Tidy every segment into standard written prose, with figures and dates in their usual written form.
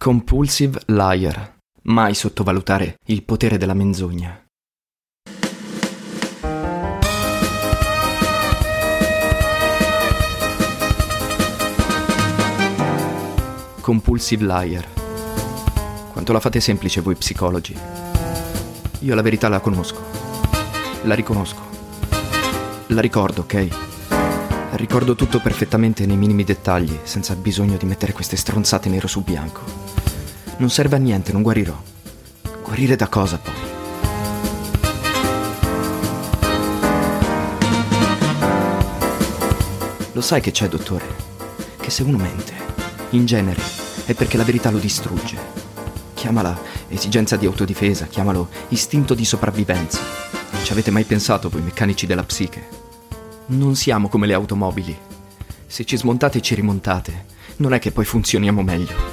Compulsive liar. Mai sottovalutare il potere della menzogna. Compulsive liar. Quanto la fate semplice voi psicologi. Io la verità la conosco. La riconosco. La ricordo, ok? Ricordo tutto perfettamente nei minimi dettagli, senza bisogno di mettere queste stronzate nero su bianco. Non serve a niente, non guarirò. Guarire da cosa, poi? Lo sai che c'è, dottore? Che se uno mente, in genere, è perché la verità lo distrugge. Chiamala esigenza di autodifesa, chiamalo istinto di sopravvivenza. Non ci avete mai pensato voi meccanici della psiche? Non siamo come le automobili. Se ci smontate e ci rimontate, non è che poi funzioniamo meglio.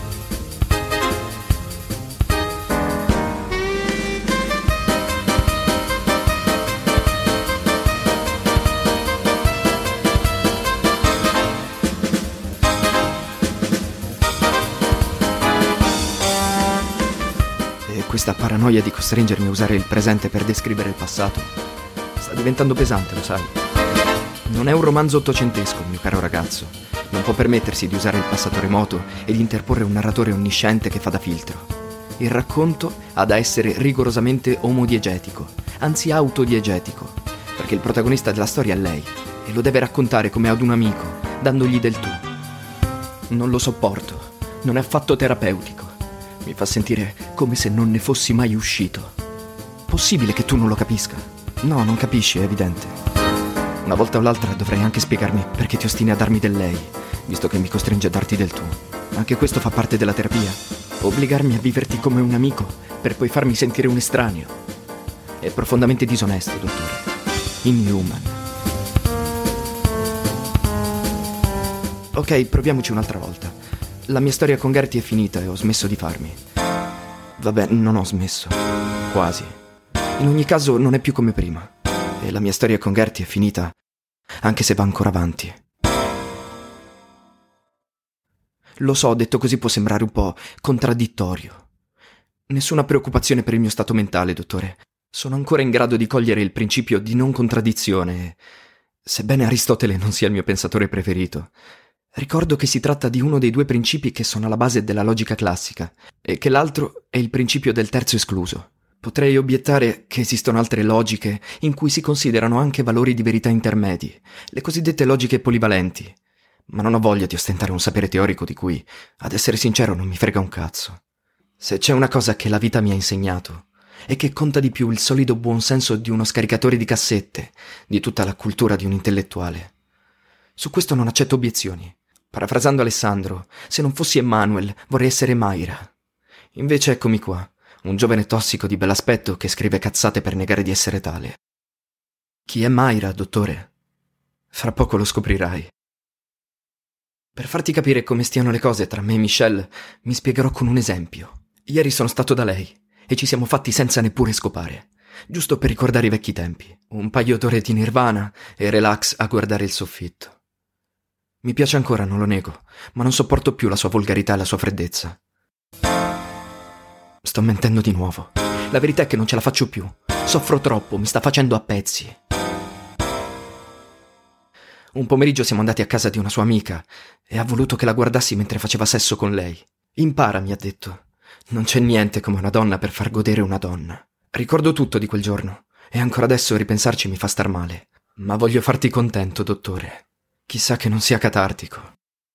E questa paranoia di costringermi a usare il presente per descrivere il passato sta diventando pesante, lo sai. Non è un romanzo ottocentesco, mio caro ragazzo. Non può permettersi di usare il passato remoto e di interporre un narratore onnisciente che fa da filtro. Il racconto ha da essere rigorosamente omodiegetico, anzi autodiegetico, perché il protagonista della storia è lei e lo deve raccontare come ad un amico, dandogli del tu. Non lo sopporto, non è affatto terapeutico. Mi fa sentire come se non ne fossi mai uscito. Possibile che tu non lo capisca? No, non capisci, è evidente. Una volta o l'altra dovrai anche spiegarmi perché ti ostini a darmi del lei, visto che mi costringe a darti del tu. Anche questo fa parte della terapia. Obbligarmi a viverti come un amico per poi farmi sentire un estraneo. È profondamente disonesto, dottore. Inhuman. Ok, proviamoci un'altra volta. La mia storia con Gertie è finita e ho smesso di farmi. Vabbè, non ho smesso. Quasi. In ogni caso non è più come prima. E la mia storia con Gertie è finita, anche se va ancora avanti. Lo so, detto così può sembrare un po' contraddittorio. Nessuna preoccupazione per il mio stato mentale, dottore. Sono ancora in grado di cogliere il principio di non contraddizione. Sebbene Aristotele non sia il mio pensatore preferito, ricordo che si tratta di uno dei due principi che sono alla base della logica classica e che l'altro è il principio del terzo escluso. Potrei obiettare che esistono altre logiche in cui si considerano anche valori di verità intermedi, le cosiddette logiche polivalenti, ma non ho voglia di ostentare un sapere teorico di cui, ad essere sincero, non mi frega un cazzo. Se c'è una cosa che la vita mi ha insegnato, è che conta di più il solido buonsenso di uno scaricatore di cassette, di tutta la cultura di un intellettuale. Su questo non accetto obiezioni. Parafrasando Alessandro, se non fossi Emmanuel vorrei essere Mayra. Invece eccomi qua. Un giovane tossico di bell'aspetto che scrive cazzate per negare di essere tale. Chi è Mayra, dottore? Fra poco lo scoprirai. Per farti capire come stiano le cose tra me e Michelle, mi spiegherò con un esempio. Ieri sono stato da lei e ci siamo fatti senza neppure scopare, giusto per ricordare i vecchi tempi. Un paio d'ore di Nirvana e relax a guardare il soffitto. Mi piace ancora, non lo nego, ma non sopporto più la sua volgarità e la sua freddezza. Sto mentendo di nuovo. La verità è che non ce la faccio più. Soffro troppo, mi sta facendo a pezzi. Un pomeriggio siamo andati a casa di una sua amica e ha voluto che la guardassi mentre faceva sesso con lei. Impara, mi ha detto. Non c'è niente come una donna per far godere una donna. Ricordo tutto di quel giorno e ancora adesso ripensarci mi fa star male. Ma voglio farti contento, dottore. Chissà che non sia catartico.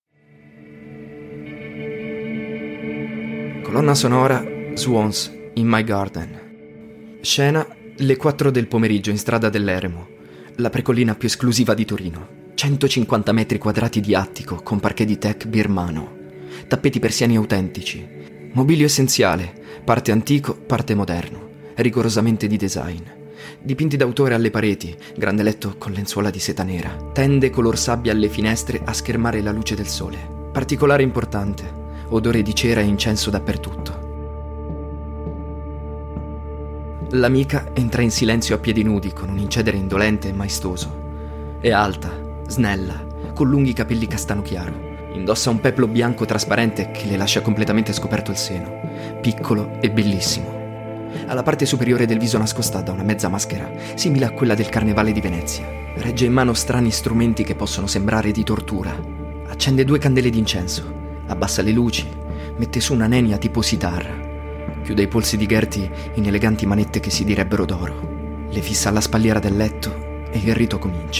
Colonna sonora Swans in My Garden. Scena le 4 del pomeriggio in strada dell'Eremo, la precollina più esclusiva di Torino. 150 metri quadrati di attico con parquet di tech birmano, tappeti persiani autentici, mobilio essenziale, parte antico, parte moderno, rigorosamente di design. Dipinti d'autore alle pareti, grande letto con lenzuola di seta nera, tende color sabbia alle finestre a schermare la luce del sole. Particolare importante, odore di cera e incenso dappertutto. L'amica entra in silenzio a piedi nudi con un incedere indolente e maestoso. È alta, snella, con lunghi capelli castano chiaro. Indossa un peplo bianco trasparente che le lascia completamente scoperto il seno, piccolo e bellissimo. Ha la parte superiore del viso nascosta da una mezza maschera, simile a quella del Carnevale di Venezia. Regge in mano strani strumenti che possono sembrare di tortura. Accende 2 candele d'incenso, abbassa le luci, mette su una nenia tipo sitar. Chiude i polsi di Gertie in eleganti manette che si direbbero d'oro. Le fissa alla spalliera del letto e il rito comincia.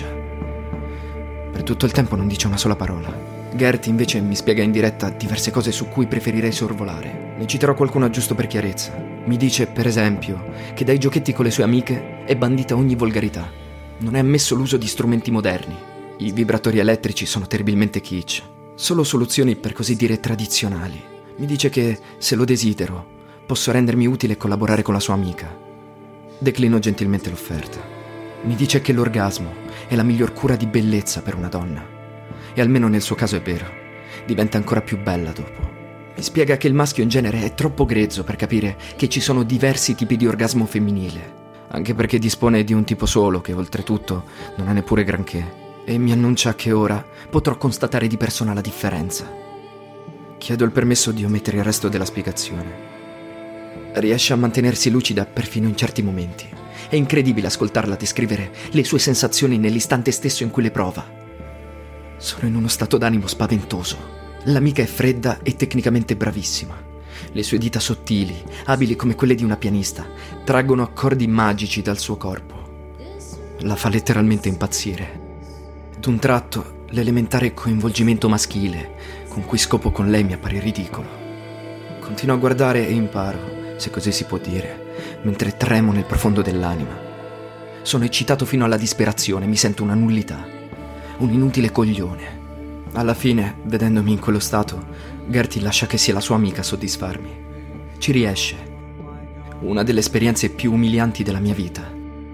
Per tutto il tempo non dice una sola parola. Gertie invece mi spiega in diretta diverse cose su cui preferirei sorvolare. Ne citerò qualcuna giusto per chiarezza. Mi dice, per esempio, che dai giochetti con le sue amiche è bandita ogni volgarità. Non è ammesso l'uso di strumenti moderni. I vibratori elettrici sono terribilmente kitsch. Solo soluzioni per così dire tradizionali. Mi dice che, se lo desidero, posso rendermi utile e collaborare con la sua amica. Declino gentilmente l'offerta. Mi dice che l'orgasmo è la miglior cura di bellezza per una donna. E almeno nel suo caso è vero. Diventa ancora più bella dopo. Mi spiega che il maschio in genere è troppo grezzo per capire che ci sono diversi tipi di orgasmo femminile. Anche perché dispone di un tipo solo che oltretutto non ha neppure granché. E mi annuncia che ora potrò constatare di persona la differenza. Chiedo il permesso di omettere il resto della spiegazione. Riesce a mantenersi lucida perfino in certi momenti. È incredibile ascoltarla descrivere le sue sensazioni nell'istante stesso in cui le prova. Sono in uno stato d'animo spaventoso. L'amica è fredda e tecnicamente bravissima. Le sue dita sottili, abili come quelle di una pianista, traggono accordi magici dal suo corpo. La fa letteralmente impazzire. D'un tratto, l'elementare coinvolgimento maschile con cui scopo con lei mi appare ridicolo. Continuo a guardare e imparo, se così si può dire, mentre tremo nel profondo dell'anima. Sono eccitato fino alla disperazione, mi sento una nullità, un inutile coglione. Alla fine, vedendomi in quello stato, Gertie lascia che sia la sua amica a soddisfarmi. Ci riesce. Una delle esperienze più umilianti della mia vita.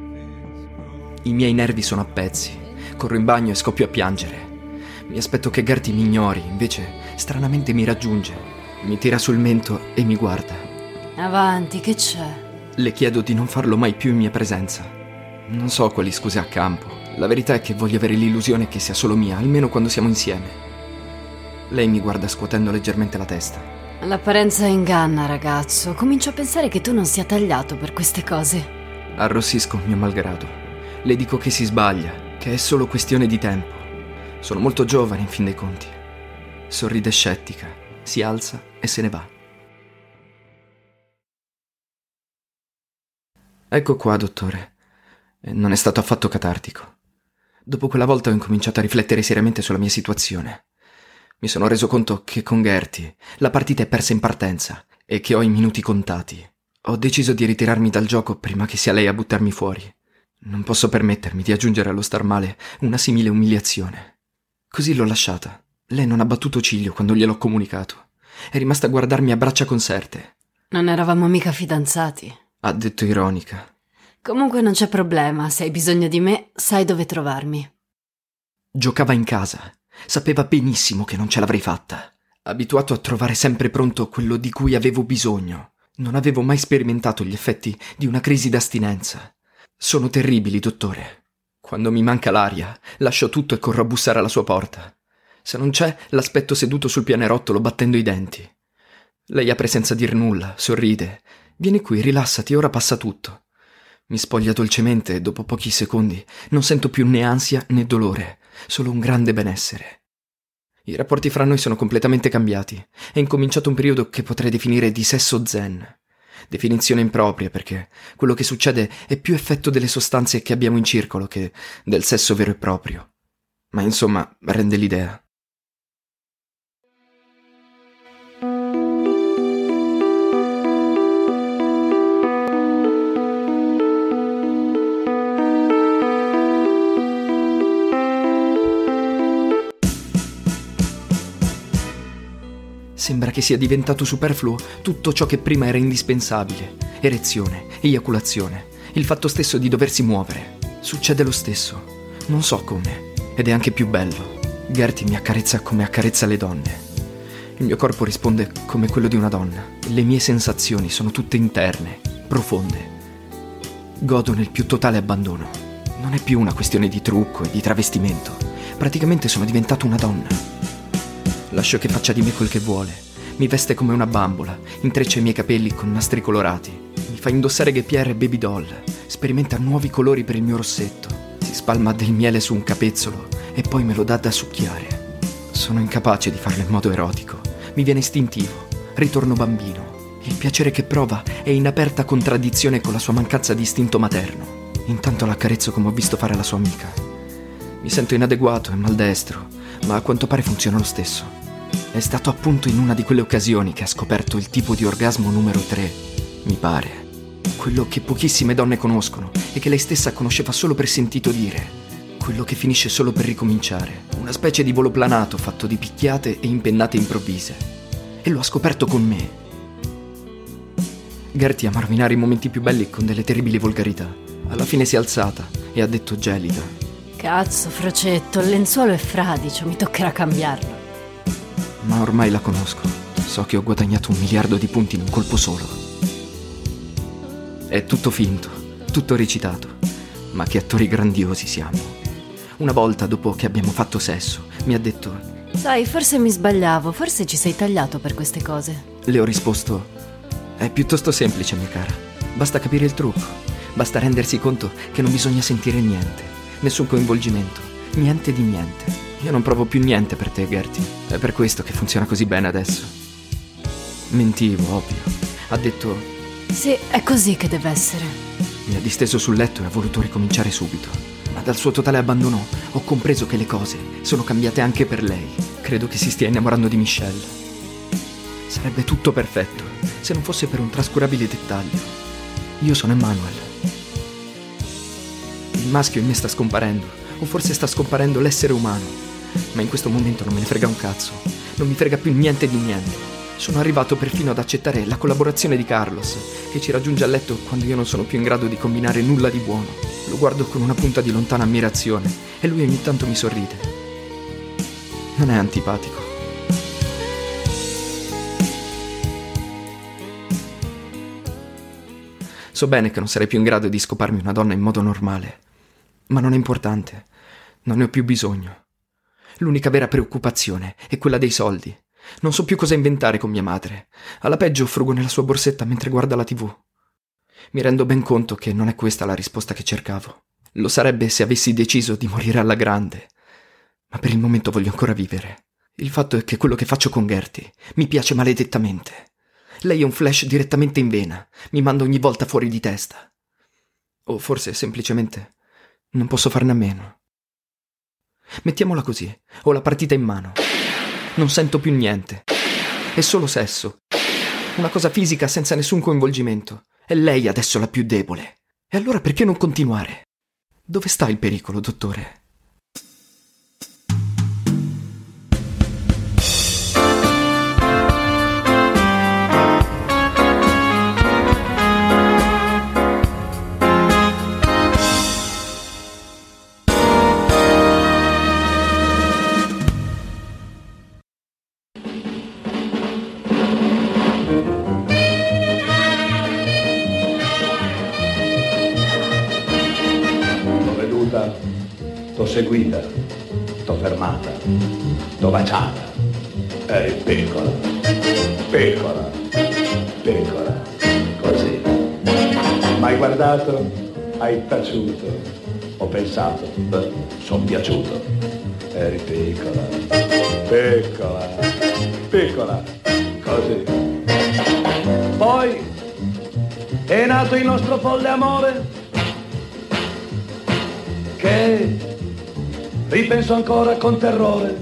I miei nervi sono a pezzi. Corro in bagno e scoppio a piangere. Mi aspetto che Gertie mi ignori, invece stranamente mi raggiunge. Mi tira sul mento e mi guarda. Avanti, che c'è? Le chiedo di non farlo mai più in mia presenza. Non so quali scuse a campo. La verità è che voglio avere l'illusione che sia solo mia, almeno quando siamo insieme. Lei mi guarda scuotendo leggermente la testa. L'apparenza inganna, ragazzo. Comincio a pensare che tu non sia tagliato per queste cose. Arrossisco mio malgrado. Le dico che si sbaglia, che è solo questione di tempo. Sono molto giovane, in fin dei conti. Sorride scettica, si alza e se ne va. Ecco qua, dottore. Non è stato affatto catartico. Dopo quella volta ho incominciato a riflettere seriamente sulla mia situazione. Mi sono reso conto che con Gertie la partita è persa in partenza e che ho i minuti contati. Ho deciso di ritirarmi dal gioco prima che sia lei a buttarmi fuori. Non posso permettermi di aggiungere allo star male una simile umiliazione. Così l'ho lasciata. Lei non ha battuto ciglio quando gliel'ho comunicato. È rimasta a guardarmi a braccia conserte. Non eravamo mica fidanzati, Ha detto ironica. Comunque non c'è problema, se hai bisogno di me, sai dove trovarmi. Giocava in casa. Sapeva benissimo che non ce l'avrei fatta. Abituato a trovare sempre pronto quello di cui avevo bisogno. Non avevo mai sperimentato gli effetti di una crisi d'astinenza. Sono terribili, dottore. Quando mi manca l'aria, lascio tutto e corro a bussare alla sua porta. Se non c'è, l'aspetto seduto sul pianerottolo battendo i denti. Lei apre senza dir nulla, sorride. Vieni qui, rilassati, ora passa tutto. Mi spoglia dolcemente e dopo pochi secondi non sento più né ansia né dolore, solo un grande benessere. I rapporti fra noi sono completamente cambiati. È incominciato un periodo che potrei definire di sesso zen. Definizione impropria perché quello che succede è più effetto delle sostanze che abbiamo in circolo che del sesso vero e proprio. Ma insomma, rende l'idea. Sembra che sia diventato superfluo tutto ciò che prima era indispensabile. Erezione, eiaculazione, il fatto stesso di doversi muovere. Succede lo stesso. Non so come. Ed è anche più bello. Gertie mi accarezza come accarezza le donne. Il mio corpo risponde come quello di una donna. Le mie sensazioni sono tutte interne, profonde. Godo nel più totale abbandono. Non è più una questione di trucco e di travestimento. Praticamente sono diventato una donna. Lascio che faccia di me quel che vuole. Mi veste come una bambola, intreccia i miei capelli con nastri colorati. Mi fa indossare Guépierre e Baby Doll. Sperimenta nuovi colori per il mio rossetto. Si spalma del miele su un capezzolo e poi me lo dà da succhiare. Sono incapace di farlo in modo erotico. Mi viene istintivo. Ritorno bambino. Il piacere che prova è in aperta contraddizione con la sua mancanza di istinto materno. Intanto l'accarezzo come ho visto fare alla sua amica. Mi sento inadeguato e maldestro, ma a quanto pare funziona lo stesso. È stato appunto in una di quelle occasioni che ha scoperto il tipo di orgasmo numero 3, mi pare. Quello che pochissime donne conoscono e che lei stessa conosceva solo per sentito dire. Quello che finisce solo per ricominciare. Una specie di volo planato fatto di picchiate e impennate improvvise. E lo ha scoperto con me. Gertie ama rovinare i momenti più belli con delle terribili volgarità. Alla fine si è alzata e ha detto gelida: Cazzo, Frocetto, il lenzuolo è fradicio, mi toccherà cambiarlo. Ma ormai la conosco. So che ho guadagnato 1 miliardo di punti in un colpo solo. È tutto finto, tutto recitato. Ma che attori grandiosi siamo. Una volta, dopo che abbiamo fatto sesso, mi ha detto: Sai, forse mi sbagliavo, forse ci sei tagliato per queste cose. Le ho risposto: è piuttosto semplice, mia cara. Basta capire il trucco. Basta rendersi conto che non bisogna sentire niente. Nessun coinvolgimento. Niente di niente. Io non provo più niente per te, Gertie. È per questo che funziona così bene adesso. Mentivo, ovvio. Ha detto: Sì, è così che deve essere. Mi ha disteso sul letto e ha voluto ricominciare subito. Ma dal suo totale abbandono ho compreso che le cose sono cambiate anche per lei. Credo che si stia innamorando di Michelle. Sarebbe tutto perfetto se non fosse per un trascurabile dettaglio. Io sono Emmanuel. Il maschio in me sta scomparendo, o forse sta scomparendo l'essere umano. Ma in questo momento non me ne frega un cazzo. Non mi frega più niente di niente. Sono arrivato perfino ad accettare la collaborazione di Carlos, che ci raggiunge a letto quando io non sono più in grado di combinare nulla di buono. Lo guardo con una punta di lontana ammirazione e lui ogni tanto mi sorride. Non è antipatico. So bene che non sarei più in grado di scoparmi una donna in modo normale, ma non è importante. Non ne ho più bisogno. L'unica vera preoccupazione è quella dei soldi. Non so più cosa inventare con mia madre. Alla peggio frugo nella sua borsetta mentre guarda la TV. Mi rendo ben conto che non è questa la risposta che cercavo. Lo sarebbe se avessi deciso di morire alla grande. Ma per il momento voglio ancora vivere. Il fatto è che quello che faccio con Gertie mi piace maledettamente. Lei è un flash direttamente in vena. Mi manda ogni volta fuori di testa. O forse semplicemente non posso farne a meno. Mettiamola così, ho la partita in mano. Non sento più niente. È solo sesso. Una cosa fisica senza nessun coinvolgimento. È lei adesso la più debole. E allora perché non continuare? Dove sta il pericolo, dottore? T'ho seguita, t'ho fermata, t'ho baciata. Eri piccola, piccola, piccola, così. M'hai guardato, hai taciuto, ho pensato, son piaciuto. Eri piccola, piccola, piccola, così. Poi è nato il nostro folle amore, che ripenso ancora con terrore.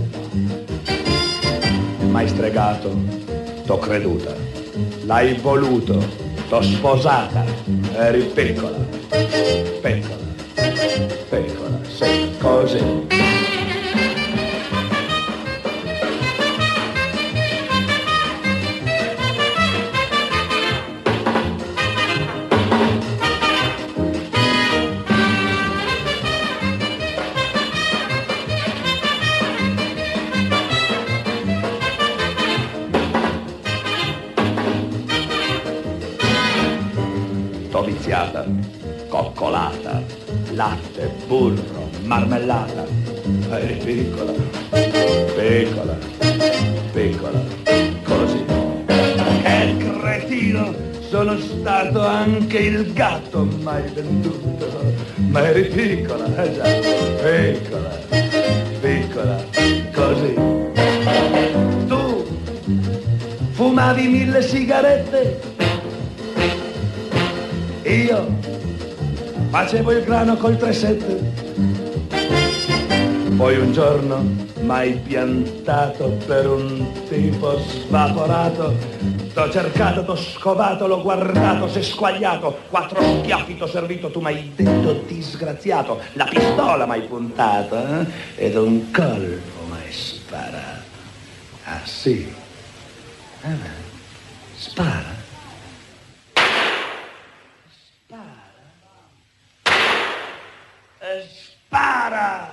M'hai stregato, t'ho creduta, l'hai voluto, t'ho sposata. Eri piccola, piccola, piccola, sì, così. T'ho viziata, coccolata, latte, burro, marmellata. Eri piccola, piccola, piccola, così. Che cretino, sono stato anche il gatto mai venduto, ma eri piccola, già, piccola, piccola, così. Tu fumavi 1000 sigarette, io facevo il grano col 3-7. Poi un giorno m'hai piantato per un tipo svaporato. T'ho cercato, t'ho scovato, l'ho guardato, s'è squagliato. 4 schiaffi t'ho servito, tu m'hai detto disgraziato. La pistola m'hai puntata, ed un colpo m'hai sparato. Ah sì? Spara. Spara!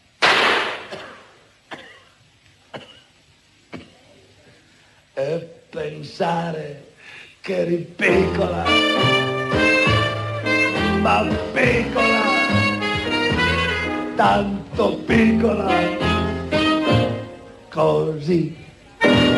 E pensare che eri piccola, ma piccola, tanto piccola, così.